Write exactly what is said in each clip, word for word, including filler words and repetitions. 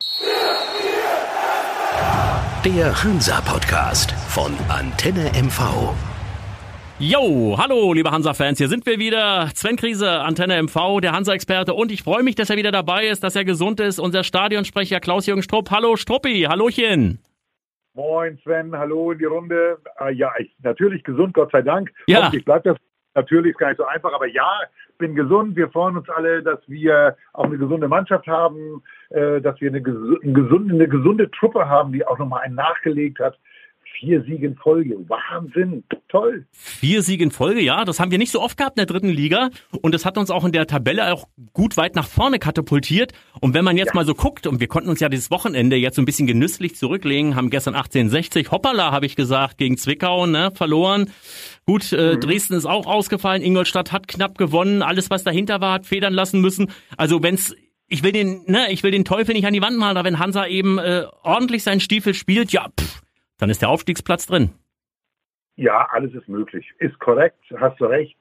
Der Hansa-Podcast von Antenne M V. Jo, hallo liebe Hansa-Fans, hier sind wir wieder. Sven Kriese, Antenne M V, der Hansa-Experte, und ich freue mich, dass er wieder dabei ist, dass er gesund ist. Unser Stadionsprecher Klaus-Jürgen Strupp. Hallo Struppi, hallöchen. Moin Sven, hallo in die Runde. Äh, ja, ich natürlich gesund, Gott sei Dank. Ja. Ich bleibe das natürlich ist gar nicht so einfach, aber ja, bin gesund. Wir freuen uns alle, dass wir auch eine gesunde Mannschaft haben, äh, dass wir eine gesunde, eine gesunde Truppe haben, die auch nochmal einen nachgelegt hat. Vier Siege in Folge. Wahnsinn. Toll. Vier Siege in Folge, ja. Das haben wir nicht so oft gehabt in der dritten Liga. Und das hat uns auch in der Tabelle auch gut weit nach vorne katapultiert. Und wenn man jetzt ja. mal so guckt, und wir konnten uns ja dieses Wochenende jetzt so ein bisschen genüsslich zurücklegen, haben gestern achtzehnhundertsechzig, hoppala, habe ich gesagt, gegen Zwickau, ne, verloren. Gut, äh, mhm. Dresden ist auch ausgefallen. Ingolstadt hat knapp gewonnen. Alles, was dahinter war, hat federn lassen müssen. Also wenn's Ich will den, ne, ich will den Teufel nicht an die Wand malen, aber wenn Hansa eben äh, ordentlich seinen Stiefel spielt, ja, pff, dann ist der Aufstiegsplatz drin. Ja, alles ist möglich. Ist korrekt, hast du recht.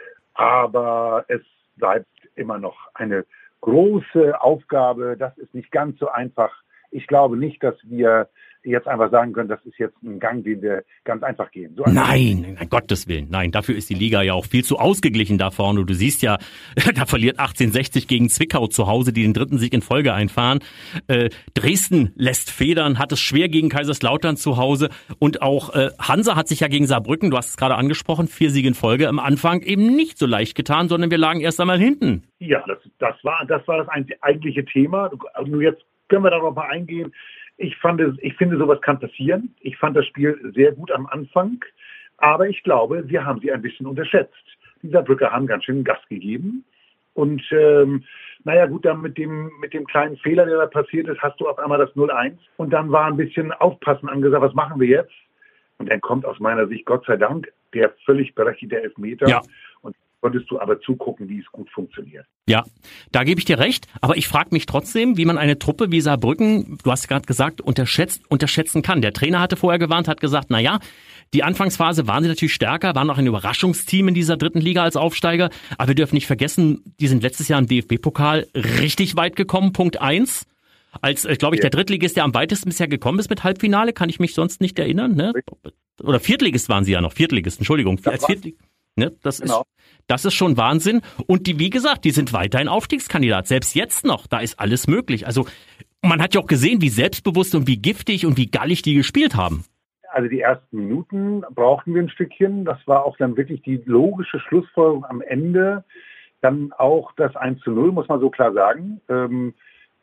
Aber es bleibt immer noch eine große Aufgabe. Das ist nicht ganz so einfach. Ich glaube nicht, dass wir jetzt einfach sagen können, das ist jetzt ein Gang, den wir ganz einfach gehen. So Nein, um Gottes Willen. Nein, dafür ist die Liga ja auch viel zu ausgeglichen da vorne. Du siehst ja, da verliert achtzehnhundertsechzig gegen Zwickau zu Hause, die den dritten Sieg in Folge einfahren. Äh, Dresden lässt federn, hat es schwer gegen Kaiserslautern zu Hause. Und auch äh, Hansa hat sich ja gegen Saarbrücken, du hast es gerade angesprochen, vier Siege in Folge am Anfang eben nicht so leicht getan, sondern wir lagen erst einmal hinten. Ja, das, das war das war das eigentliche Thema. Nur jetzt können wir darauf mal eingehen. Ich fand es, ich finde, sowas kann passieren. Ich fand das Spiel sehr gut am Anfang, aber ich glaube, wir haben sie ein bisschen unterschätzt. Die Saarbrücker haben ganz schön Gas gegeben und ähm, naja gut, dann mit dem mit dem kleinen Fehler, der da passiert ist, hast du auf einmal das null eins und dann war ein bisschen Aufpassen angesagt, was machen wir jetzt? Und dann kommt aus meiner Sicht, Gott sei Dank, der völlig berechtigte Elfmeter. Ja. Und konntest du aber zugucken, wie es gut funktioniert. Ja, da gebe ich dir recht, aber ich frage mich trotzdem, wie man eine Truppe wie Saarbrücken, du hast gerade gesagt, unterschätzt, unterschätzen kann. Der Trainer hatte vorher gewarnt, hat gesagt, na ja, die Anfangsphase waren sie natürlich stärker, waren auch ein Überraschungsteam in dieser dritten Liga als Aufsteiger, aber wir dürfen nicht vergessen, die sind letztes Jahr im D F B-Pokal richtig weit gekommen, Punkt eins. Als, äh, glaube ich, der Drittligist, der am weitesten bisher gekommen ist mit Halbfinale, kann ich mich sonst nicht erinnern, ne? Oder Viertligist waren sie ja noch, Viertligist, Entschuldigung, das als Viertligist. Ne, das genau. ist, das ist schon Wahnsinn. Und die, wie gesagt, die sind weiterhin Aufstiegskandidat. Selbst jetzt noch, da ist alles möglich. Also, man hat ja auch gesehen, wie selbstbewusst und wie giftig und wie gallig die gespielt haben. Also die ersten Minuten brauchten wir ein Stückchen. Das war auch dann wirklich die logische Schlussfolgerung am Ende. Dann auch das eins zu null, muss man so klar sagen. Ähm,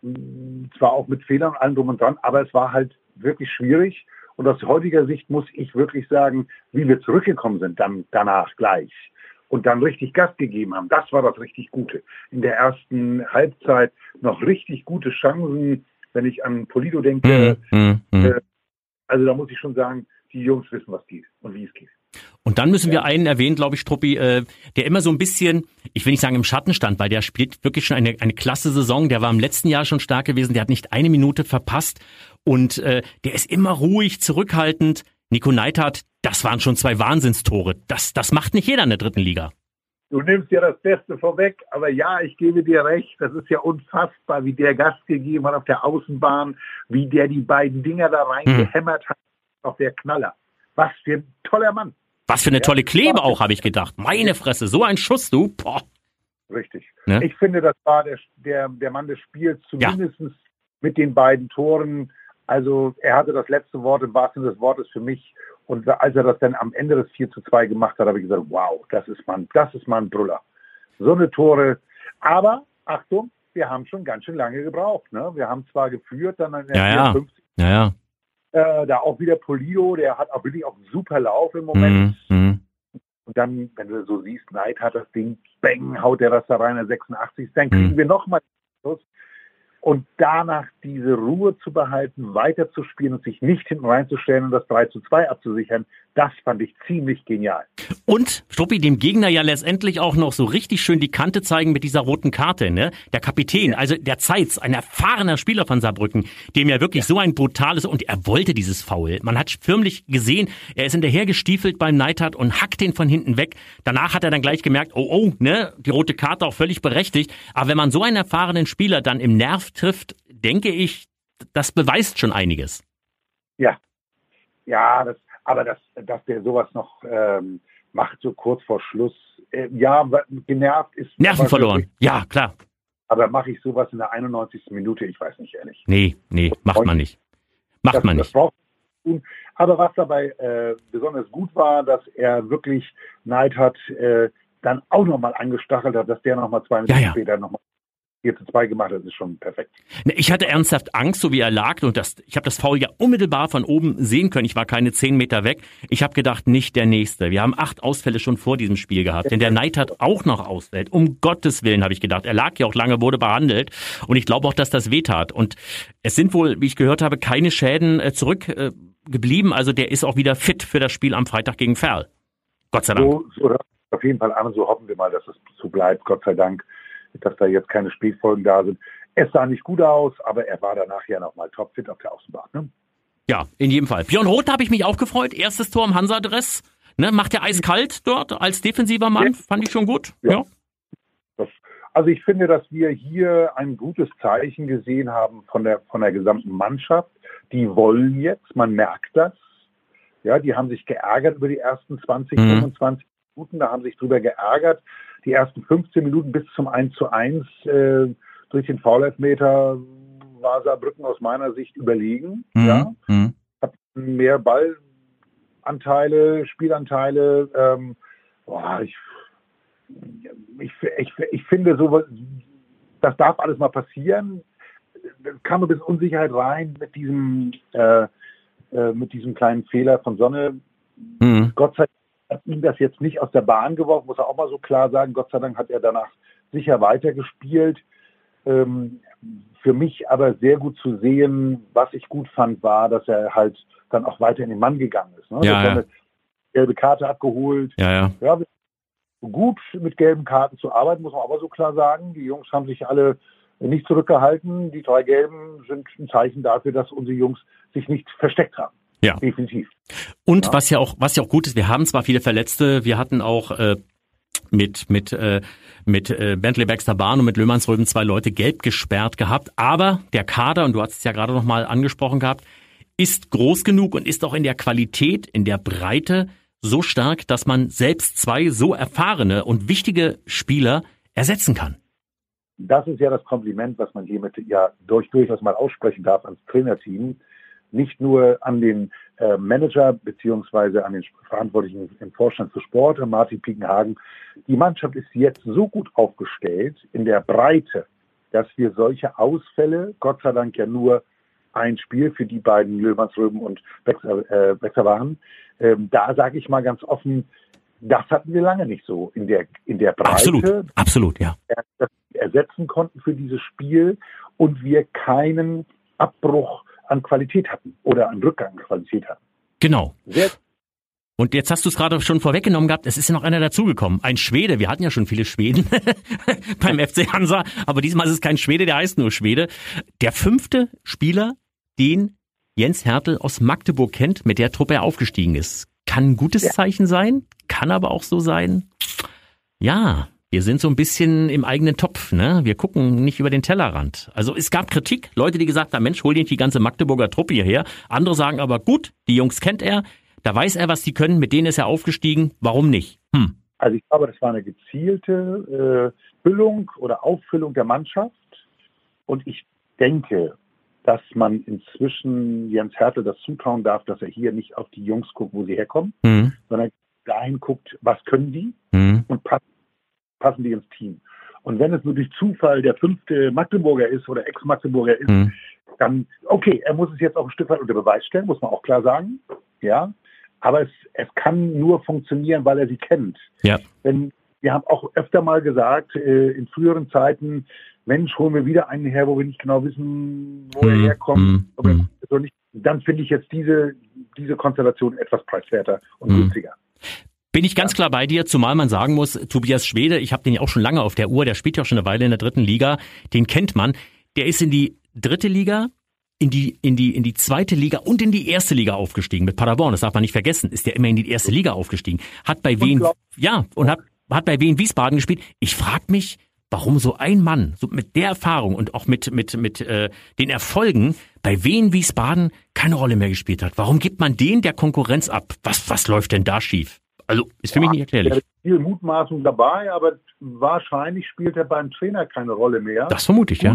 zwar auch mit Fehlern und allem drum und dran, aber es war halt wirklich schwierig. Und aus heutiger Sicht muss ich wirklich sagen, wie wir zurückgekommen sind dann danach gleich und dann richtig Gas gegeben haben, das war das richtig Gute. In der ersten Halbzeit noch richtig gute Chancen, wenn ich an Polido denke. Mm, mm, äh, also da muss ich schon sagen, die Jungs wissen, was geht und wie es geht. Und dann müssen wir einen erwähnen, glaube ich, Struppi, äh, der immer so ein bisschen, ich will nicht sagen im Schatten stand, weil der spielt wirklich schon eine, eine klasse Saison. Der war im letzten Jahr schon stark gewesen, der hat nicht eine Minute verpasst und äh, der ist immer ruhig, zurückhaltend. Nico Neidhardt, das waren schon zwei Wahnsinnstore. Das, das macht nicht jeder in der dritten Liga. Du nimmst ja das Beste vorweg, aber ja, ich gebe dir recht, das ist ja unfassbar, wie der Gas gegeben hat auf der Außenbahn, wie der die beiden Dinger da reingehämmert hm. hat, auf der Knaller. Was für ein toller Mann. Was für eine tolle Klebe auch, habe ich gedacht. Meine Fresse, so ein Schuss, du. Boah. Richtig. Ne? Ich finde, das war der, der, der Mann des Spiels, zumindest ja. mit den beiden Toren. Also er hatte das letzte Wort im wahrsten Sinne des Wortes für mich. Und als er das dann am Ende des vier zu zwei gemacht hat, habe ich gesagt, wow, das ist mal, das ist mal ein Brüller. So eine Tore. Aber, Achtung, wir haben schon ganz schön lange gebraucht. Ne? Wir haben zwar geführt, dann in der ja, vierundfünfzig Ja, ja. Äh, da auch wieder Polido, der hat auch wirklich auch einen super Lauf im Moment. Mm, mm. Und dann, wenn du so siehst, Neid hat das Ding, bang, haut der das da rein, der sechsundachtzig Dann kriegen mm. wir nochmal Schluss. Und danach diese Ruhe zu behalten, weiterzuspielen und sich nicht hinten reinzustellen und das drei zu zwei abzusichern, das fand ich ziemlich genial. Und, Struppi, dem Gegner ja letztendlich auch noch so richtig schön die Kante zeigen mit dieser roten Karte, ne? Der Kapitän, ja. also der Zeitz, ein erfahrener Spieler von Saarbrücken, dem ja wirklich ja. so ein brutales, und er wollte dieses Foul. Man hat förmlich gesehen, er ist hinterher gestiefelt beim Neidhardt und hackt den von hinten weg. Danach hat er dann gleich gemerkt, oh, oh, ne? Die rote Karte auch völlig berechtigt. Aber wenn man so einen erfahrenen Spieler dann im Nerv trifft, denke ich, das beweist schon einiges. Ja, ja, das, aber dass, dass der sowas noch ähm, macht, so kurz vor Schluss, äh, ja, genervt ist... Nerven verloren, ja, klar. Aber mache ich sowas in der einundneunzigsten Minute? Ich weiß nicht, ehrlich. Nee, nee, macht man nicht. Macht das, man nicht. Das braucht man tun. Aber was dabei äh, besonders gut war, dass er wirklich Neidhardt äh, dann auch nochmal angestachelt hat, dass der nochmal zwei Minuten ja, ja. später nochmal vier zu zwei gemacht hat, das ist schon perfekt. Ich hatte ernsthaft Angst, so wie er lag, und das, ich habe das Foul ja unmittelbar von oben sehen können. Ich war keine zehn Meter weg. Ich habe gedacht, nicht der Nächste. Wir haben acht Ausfälle schon vor diesem Spiel gehabt, denn der Neidhardt auch noch ausfällt. Um Gottes Willen, habe ich gedacht. Er lag ja auch lange, wurde behandelt, und ich glaube auch, dass das wehtat. Und es sind wohl, wie ich gehört habe, keine Schäden äh, zurückgeblieben. Äh, also der ist auch wieder fit für das Spiel am Freitag gegen Verl. Gott sei Dank. So, so auf jeden Fall an, so hoffen wir mal, dass es so bleibt. Gott sei Dank, dass da jetzt keine Spätfolgen da sind. Es sah nicht gut aus, aber er war danach ja nochmal topfit auf der Außenbahn. Ne? Ja, in jedem Fall. Björn Roth habe ich mich auch gefreut. Erstes Tor im Hansa-Dress. Ne, macht er eiskalt dort als defensiver Mann. Ja. Fand ich schon gut. Ja. ja. Das, also ich finde, dass wir hier ein gutes Zeichen gesehen haben von der, von der gesamten Mannschaft. Die wollen jetzt, man merkt das. Ja, die haben sich geärgert über die ersten zwanzig, mhm. fünfundzwanzig Minuten. Da haben sich drüber geärgert. Die ersten fünfzehn Minuten bis zum eins zu eins äh, durch den Foul-Elfmeter war Saarbrücken aus meiner Sicht überlegen. Mhm. Ja. Mhm. Hat mehr Ballanteile, Spielanteile. Ähm, boah, ich, ich, ich, ich finde, so, das darf alles mal passieren. Da kam ein bisschen Unsicherheit rein mit diesem, äh, äh, mit diesem kleinen Fehler von Sonne. Mhm. Gott sei Dank hat ihn das jetzt nicht aus der Bahn geworfen, muss er auch mal so klar sagen. Gott sei Dank hat er danach sicher weitergespielt. Ähm, für mich aber sehr gut zu sehen, was ich gut fand, war, dass er halt dann auch weiter in den Mann gegangen ist. Ne? Ja, ja. Eine gelbe Karte abgeholt. Ja, ja. Ja, gut mit gelben Karten zu arbeiten, muss man aber so klar sagen. Die Jungs haben sich alle nicht zurückgehalten. Die drei gelben sind ein Zeichen dafür, dass unsere Jungs sich nicht versteckt haben. Ja. Definitiv. Und ja. was ja auch, was ja auch gut ist, wir haben zwar viele Verletzte, wir hatten auch äh, mit mit äh, mit äh, Bentley Baxter Bahn und mit Löhmannsröben zwei Leute gelb gesperrt gehabt, aber der Kader, und du hast es ja gerade noch mal angesprochen gehabt, ist groß genug und ist auch in der Qualität, in der Breite so stark, dass man selbst zwei so erfahrene und wichtige Spieler ersetzen kann. Das ist ja das Kompliment, was man hiermit ja durch, durchaus mal aussprechen darf ans Trainerteam. Nicht nur an den äh, Manager beziehungsweise an den Verantwortlichen im Vorstand für Sport, Martin Piekenhagen. Die Mannschaft ist jetzt so gut aufgestellt in der Breite, dass wir solche Ausfälle, Gott sei Dank ja nur ein Spiel für die beiden Löhmannsröben und Baxter äh, waren, ähm, da sage ich mal ganz offen, das hatten wir lange nicht so in der in der Breite. Absolut, absolut, ja. Dass wir ersetzen konnten für dieses Spiel und wir keinen Abbruch an Qualität hatten oder an Rückgang an Qualität hatten. Genau. Sehr Und jetzt hast du es gerade schon vorweggenommen gehabt, es ist ja noch einer dazugekommen. Ein Schwede, wir hatten ja schon viele Schweden beim F C Hansa, aber diesmal ist es kein Schwede, der heißt nur Schwede. Der fünfte Spieler, den Jens Hertel aus Magdeburg kennt, mit der Truppe er aufgestiegen ist. Kann ein gutes ja. Zeichen sein, kann aber auch so sein, ja, wir sind so ein bisschen im eigenen Topf, ne? Wir gucken nicht über den Tellerrand. Also es gab Kritik, Leute, die gesagt haben, Mensch, hol dir nicht die ganze Magdeburger Truppe hierher. Andere sagen aber, gut, die Jungs kennt er, da weiß er, was die können, mit denen ist er aufgestiegen, warum nicht? Hm. Also ich glaube, das war eine gezielte äh, Füllung oder Auffüllung der Mannschaft. Und ich denke, dass man inzwischen Jens Hertel das zutrauen darf, dass er hier nicht auf die Jungs guckt, wo sie herkommen, mhm. sondern dahin guckt, was können die mhm. und passen, passen die ins Team. Und wenn es nur durch Zufall der fünfte Magdeburger ist oder Ex-Magdeburger ist, mhm. dann, okay, er muss es jetzt auch ein Stück weit unter Beweis stellen, muss man auch klar sagen. Ja, aber es, es kann nur funktionieren, weil er sie kennt. Ja. Wenn, wir haben auch öfter mal gesagt, äh, in früheren Zeiten, Mensch, holen wir wieder einen her, wo wir nicht genau wissen, wo mm, er herkommt. Mm, aber mm. Also nicht, dann finde ich jetzt diese, diese Konstellation etwas preiswerter und mm. günstiger. Bin ich ganz klar bei dir, zumal man sagen muss, Tobias Schwede, ich habe den ja auch schon lange auf der Uhr, der spielt ja auch schon eine Weile in der dritten Liga, den kennt man. Der ist in die dritte Liga, in die in die in die zweite Liga und in die erste Liga aufgestiegen. Mit Paderborn, das darf man nicht vergessen, ist der immer in die erste Liga aufgestiegen. Hat bei Wien, ja, und hat hat bei Wien Wiesbaden gespielt. Ich frage mich, warum so ein Mann, so mit der Erfahrung und auch mit mit mit äh, den Erfolgen bei Wien Wiesbaden keine Rolle mehr gespielt hat. Warum gibt man den der Konkurrenz ab? Was was läuft denn da schief? Also ist für ja, mich nicht erklärlich. Da ist viel Mutmaßung dabei, aber wahrscheinlich spielt er beim Trainer keine Rolle mehr. Das vermute ich, ja.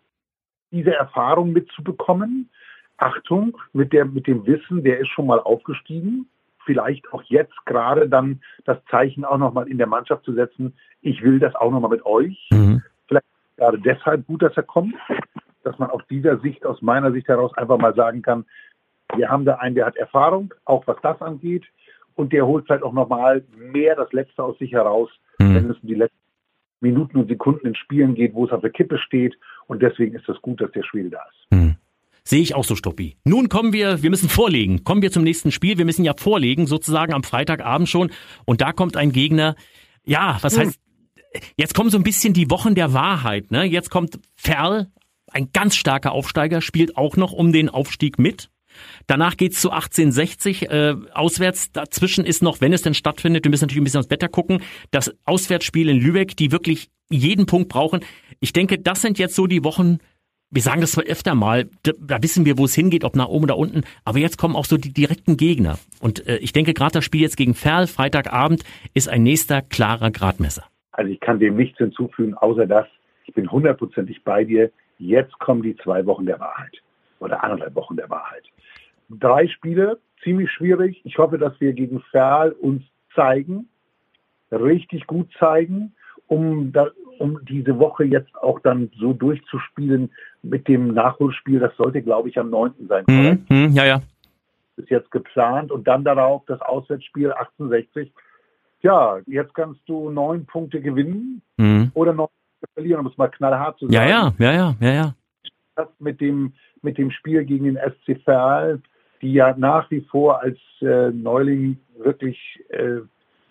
Diese Erfahrung mitzubekommen, Achtung, mit der mit dem Wissen, der ist schon mal aufgestiegen. Vielleicht auch jetzt gerade dann das Zeichen auch nochmal in der Mannschaft zu setzen, ich will das auch nochmal mit euch. Mhm. Vielleicht gerade deshalb gut, dass er kommt, dass man aus dieser Sicht, aus meiner Sicht heraus einfach mal sagen kann, wir haben da einen, der hat Erfahrung, auch was das angeht, und der holt vielleicht auch nochmal mehr das Letzte aus sich heraus, mhm. wenn es um die letzten Minuten und Sekunden in Spielen geht, wo es auf der Kippe steht, und deswegen ist es gut, dass der Schwede da ist. Mhm. Sehe ich auch so, Stoppi. Nun kommen wir, wir müssen vorlegen. Kommen wir zum nächsten Spiel. Wir müssen ja vorlegen, sozusagen am Freitagabend schon. Und da kommt ein Gegner. Ja, was hm. heißt, jetzt kommen so ein bisschen die Wochen der Wahrheit, ne? Jetzt kommt Verl, ein ganz starker Aufsteiger, spielt auch noch um den Aufstieg mit. Danach geht's zu achtzehnhundertsechzig, äh, auswärts. Dazwischen ist noch, wenn es denn stattfindet, wir müssen natürlich ein bisschen aufs Wetter gucken, das Auswärtsspiel in Lübeck, die wirklich jeden Punkt brauchen. Ich denke, das sind jetzt so die Wochen. Wir sagen das zwar öfter mal, da wissen wir, wo es hingeht, ob nach oben oder unten, aber jetzt kommen auch so die direkten Gegner. Und äh, ich denke, gerade das Spiel jetzt gegen Verl, Freitagabend, ist ein nächster klarer Gradmesser. Also ich kann dem nichts hinzufügen, außer dass, ich bin hundertprozentig bei dir, jetzt kommen die zwei Wochen der Wahrheit oder anderthalb Wochen der Wahrheit. Drei Spiele, ziemlich schwierig. Ich hoffe, dass wir gegen Verl uns zeigen, richtig gut zeigen, um da, um diese Woche jetzt auch dann so durchzuspielen mit dem Nachholspiel. Das sollte, glaube ich, am neunten sein. Mhm, mh, ja, ja. Ist jetzt geplant. Und dann darauf das Auswärtsspiel achtzehnhundertsechzig. Ja, jetzt kannst du neun Punkte gewinnen mhm. oder neun Punkte verlieren, um es mal knallhart zu sagen. Ja, ja, ja, ja, ja, ja. Das mit dem, mit dem Spiel gegen den S C Verl, die ja nach wie vor als äh, Neuling wirklich äh,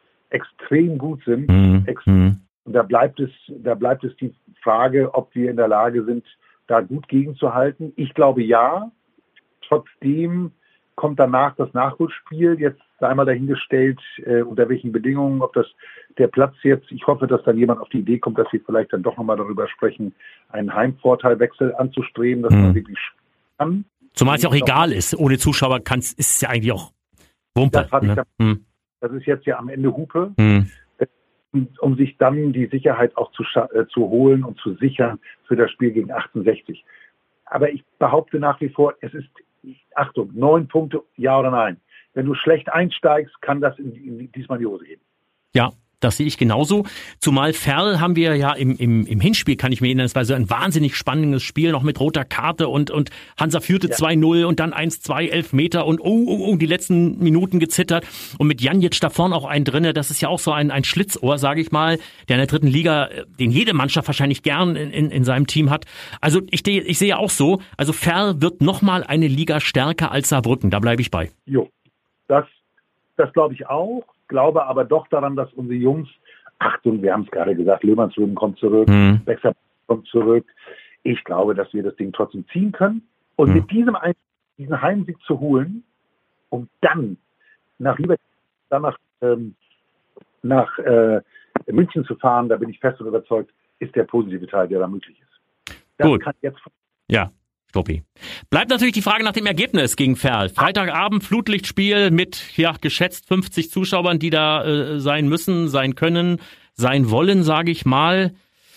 extrem gut sind. Mhm. Extrem. Und da bleibt es, da bleibt es die Frage, ob wir in der Lage sind, da gut gegenzuhalten. Ich glaube ja. Trotzdem kommt danach das Nachholspiel. Jetzt einmal dahingestellt, äh, unter welchen Bedingungen, ob das der Platz jetzt, ich hoffe, dass dann jemand auf die Idee kommt, dass wir vielleicht dann doch nochmal darüber sprechen, einen Heimvorteilwechsel anzustreben, dass mhm. man wirklich kann. Zumal es ja auch egal ist. Ohne Zuschauer kann's, ist es ja eigentlich auch Wumpe. Das, ne? da, mhm. das ist jetzt ja am Ende Hupe. Mhm. Um sich dann die Sicherheit auch zu, äh, zu holen und zu sichern für das Spiel gegen achtzehnhundertsechzig. Aber ich behaupte nach wie vor, es ist, Achtung, neun Punkte, ja oder nein. Wenn du schlecht einsteigst, kann das in, in, diesmal in die Hose gehen. Ja, das sehe ich genauso. Zumal Verl haben wir ja im, im, im Hinspiel, kann ich mir erinnern, es war so ein wahnsinnig spannendes Spiel, noch mit roter Karte und, und Hansa führte ja. zwei null und dann eins zwei, elf Meter und oh, oh, oh, die letzten Minuten gezittert. Und mit Janjic da vorne auch einen drinne, das ist ja auch so ein, ein Schlitzohr, sage ich mal, der in der dritten Liga, den jede Mannschaft wahrscheinlich gern in, in, in seinem Team hat. Also ich, ich sehe auch so, also Verl wird nochmal eine Liga stärker als Saarbrücken, da bleibe ich bei. Jo, das, das glaube ich auch. Glaube aber doch daran, dass unsere Jungs, Achtung, wir haben es gerade gesagt, Löhmannsrüben kommt zurück, mhm. Wechsel kommt zurück. Ich glaube, dass wir das Ding trotzdem ziehen können. Und mhm. mit diesem diesen Heimsieg zu holen, um dann nach Lübeck, dann nach, ähm, nach äh, München zu fahren, da bin ich fest und überzeugt, ist der positive Teil, der da möglich ist. Das Gut. kann jetzt ja. Stoppi. Bleibt natürlich die Frage nach dem Ergebnis gegen Verl. Freitagabend Flutlichtspiel mit ja geschätzt fünfzig Zuschauern, die da äh, sein müssen, sein können, sein wollen, sage ich mal.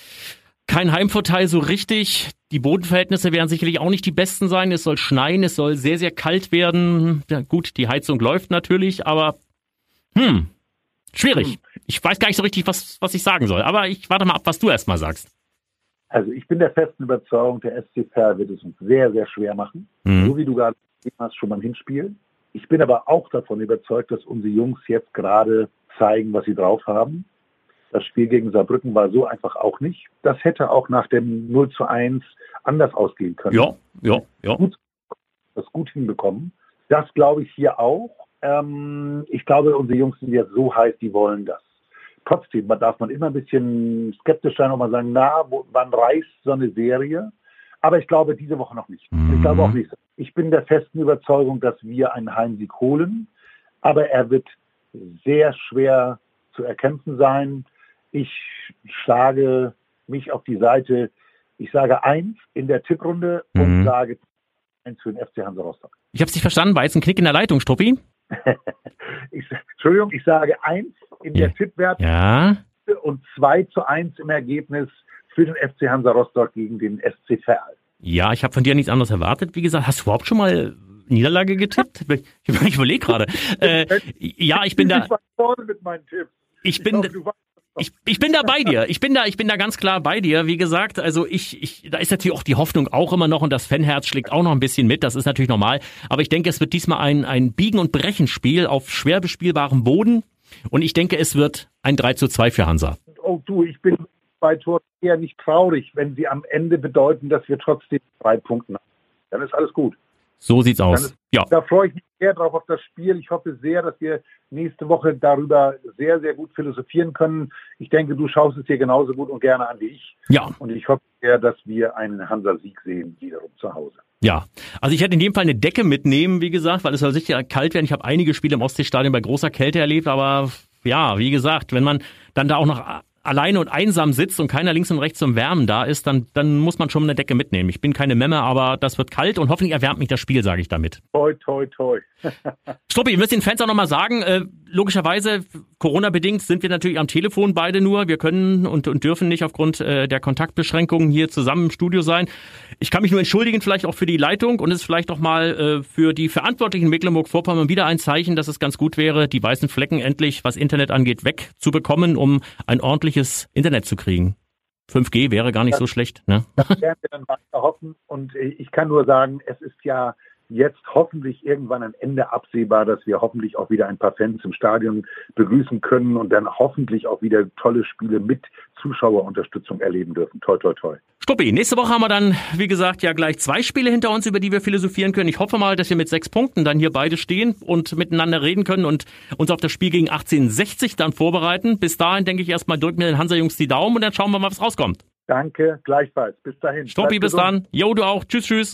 Kein Heimvorteil so richtig. Die Bodenverhältnisse werden sicherlich auch nicht die besten sein. Es soll schneien, es soll sehr, sehr kalt werden. Ja, gut, die Heizung läuft natürlich, aber hm, schwierig. Hm. Ich weiß gar nicht so richtig, was, was ich sagen soll. Aber ich warte mal ab, was du erst mal sagst. Also ich bin der festen Überzeugung, der S C Verl wird es uns sehr, sehr schwer machen. Mhm. So wie du gerade gesehen hast, schon beim Hinspiel. Ich bin aber auch davon überzeugt, dass unsere Jungs jetzt gerade zeigen, was sie drauf haben. Das Spiel gegen Saarbrücken war so einfach auch nicht. Das hätte auch nach dem null zu eins anders ausgehen können. Ja, ja, ja. Gut, das gut hinbekommen. Das glaube ich hier auch. Ähm, ich glaube, unsere Jungs sind jetzt so heiß, die wollen das. Trotzdem, man darf man immer ein bisschen skeptisch sein und mal sagen, na, wo, wann reißt so eine Serie? Aber ich glaube, diese Woche noch nicht. Mhm. Ich glaube auch nicht. Ich bin der festen Überzeugung, dass wir einen Heimsieg holen, aber er wird sehr schwer zu erkämpfen sein. Ich schlage mich auf die Seite, ich sage eins in der Tipprunde mhm. und sage eins für den F C Hansa Rostock. Ich habe es nicht verstanden, war jetzt ein Knick in der Leitung, Struppi? ich, Entschuldigung, ich sage eins in der ja. Tippwert ja. und zwei zu eins im Ergebnis für den F C Hansa Rostock gegen den S C Verl. Ja, ich habe von dir nichts anderes erwartet. Wie gesagt, hast du überhaupt schon mal Niederlage getippt? Ich, ich überlege gerade. Äh, ja, ich bin da. Ich war vorne mit meinen Tipps. Ich bin. Ich, glaub, Ich, ich bin da bei dir. Ich bin da, ich bin da ganz klar bei dir. Wie gesagt, also ich, ich, da ist natürlich auch die Hoffnung auch immer noch und das Fanherz schlägt auch noch ein bisschen mit. Das ist natürlich normal. Aber ich denke, es wird diesmal ein, ein Biegen- und Brechenspiel auf schwer bespielbarem Boden. Und ich denke, es wird ein drei zu zwei für Hansa. Oh du, ich bin bei Toren eher nicht traurig, wenn sie am Ende bedeuten, dass wir trotzdem drei Punkte haben. Dann ist alles gut. So sieht's aus. Ist, ja. Da freue ich mich sehr drauf auf das Spiel. Ich hoffe sehr, dass wir nächste Woche darüber sehr, sehr gut philosophieren können. Ich denke, du schaust es dir genauso gut und gerne an wie ich. Ja. Und ich hoffe sehr, dass wir einen Hansa-Sieg sehen, wiederum zu Hause. Ja, also ich hätte in dem Fall eine Decke mitnehmen, wie gesagt, weil es soll sicher kalt werden. Ich habe einige Spiele im Ostseestadion bei großer Kälte erlebt, aber ja, wie gesagt, wenn man dann da auch noch alleine und einsam sitzt und keiner links und rechts zum Wärmen da ist, dann dann muss man schon eine Decke mitnehmen. Ich bin keine Memme, aber das wird kalt und hoffentlich erwärmt mich das Spiel, sage ich damit. Toi, toi, toi. Struppi, wir müssen den Fans auch nochmal sagen, äh, logischerweise, Corona-bedingt sind wir natürlich am Telefon beide nur. Wir können und, und dürfen nicht aufgrund äh, der Kontaktbeschränkungen hier zusammen im Studio sein. Ich kann mich nur entschuldigen, vielleicht auch für die Leitung und es ist vielleicht auch mal äh, für die Verantwortlichen in Mecklenburg-Vorpommern wieder ein Zeichen, dass es ganz gut wäre, die weißen Flecken endlich, was Internet angeht, wegzubekommen, um ein ordentliches Internet zu kriegen. fünf G wäre gar nicht das, so schlecht, ne? Das werden wir dann weiter hoffen und ich kann nur sagen, es ist ja jetzt hoffentlich irgendwann ein Ende absehbar, dass wir hoffentlich auch wieder ein paar Fans im Stadion begrüßen können und dann hoffentlich auch wieder tolle Spiele mit Zuschauerunterstützung erleben dürfen. Toi, toi, toi. Stuppi, nächste Woche haben wir dann, wie gesagt, ja gleich zwei Spiele hinter uns, über die wir philosophieren können. Ich hoffe mal, dass wir mit sechs Punkten dann hier beide stehen und miteinander reden können und uns auf das Spiel gegen achtzehnhundertsechzig dann vorbereiten. Bis dahin, denke ich, erstmal drücken wir den Hansa-Jungs die Daumen und dann schauen wir mal, was rauskommt. Danke, gleichfalls. Bis dahin. Stuppi, bis dann. Jo, du auch. Tschüss, tschüss.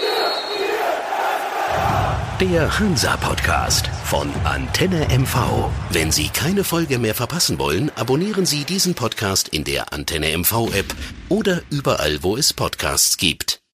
Der Hansa-Podcast von Antenne M V. Wenn Sie keine Folge mehr verpassen wollen, abonnieren Sie diesen Podcast in der Antenne M V-App oder überall, wo es Podcasts gibt.